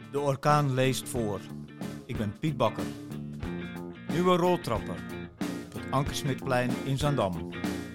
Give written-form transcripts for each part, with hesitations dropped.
De orkaan leest voor. Ik ben Piet Bakker. Nieuwe roltrappen op het Ankersmitplein in Zaandam.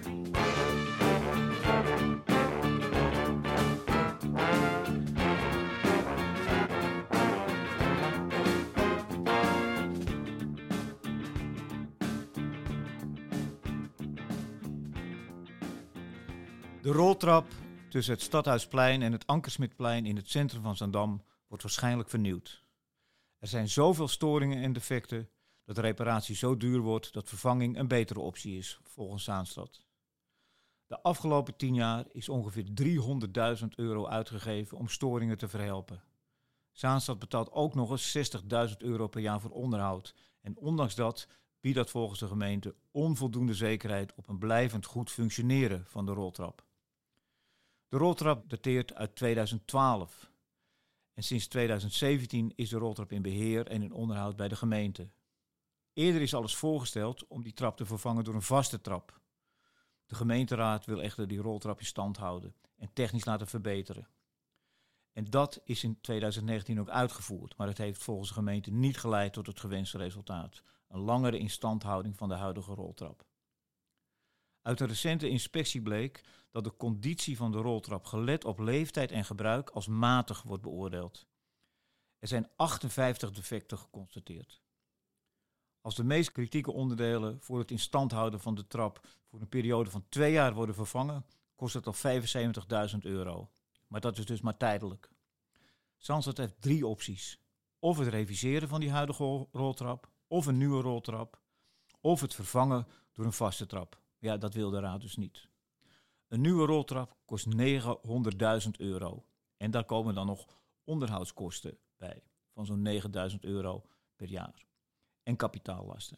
De roltrap tussen het Stadhuisplein en het Ankersmitplein in het centrum van Zaandam wordt waarschijnlijk vernieuwd. Er zijn zoveel storingen en defecten dat de reparatie zo duur wordt dat vervanging een betere optie is, volgens Zaanstad. De afgelopen 10 jaar is ongeveer €300.000 uitgegeven om storingen te verhelpen. Zaanstad betaalt ook nog eens €60.000 per jaar voor onderhoud. En ondanks dat biedt dat volgens de gemeente onvoldoende zekerheid op een blijvend goed functioneren van de roltrap. De roltrap dateert uit 2012. En sinds 2017 is de roltrap in beheer en in onderhoud bij de gemeente. Eerder is alles voorgesteld om die trap te vervangen door een vaste trap. De gemeenteraad wil echter die roltrap in stand houden en technisch laten verbeteren. En dat is in 2019 ook uitgevoerd, maar het heeft volgens de gemeente niet geleid tot het gewenste resultaat. Een langere instandhouding van de huidige roltrap. Uit een recente inspectie bleek dat de conditie van de roltrap gelet op leeftijd en gebruik als matig wordt beoordeeld. Er zijn 58 defecten geconstateerd. Als de meest kritieke onderdelen voor het instand houden van de trap voor een periode van 2 jaar worden vervangen, kost het al €75.000. Maar dat is dus maar tijdelijk. Zaanstad heeft 3 opties. Of het reviseren van die huidige roltrap, of een nieuwe roltrap, of het vervangen door een vaste trap. Ja, dat wil de raad dus niet. Een nieuwe roltrap kost €900.000. En daar komen dan nog onderhoudskosten bij van zo'n €9.000 per jaar. En kapitaallasten.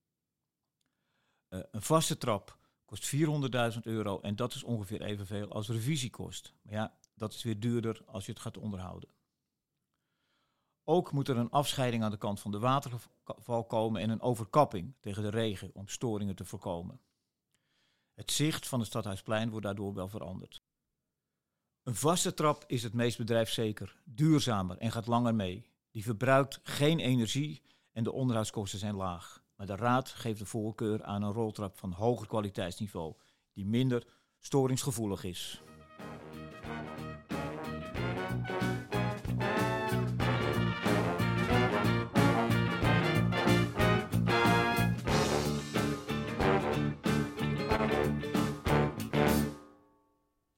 Een vaste trap kost €400.000 en dat is ongeveer evenveel als revisiekost. Maar ja, dat is weer duurder als je het gaat onderhouden. Ook moet er een afscheiding aan de kant van de waterval komen en een overkapping tegen de regen om storingen te voorkomen. Het zicht van het Stadhuisplein wordt daardoor wel veranderd. Een vaste trap is het meest bedrijfszeker, duurzamer en gaat langer mee. Die verbruikt geen energie en de onderhoudskosten zijn laag. Maar de raad geeft de voorkeur aan een roltrap van hoger kwaliteitsniveau, die minder storingsgevoelig is.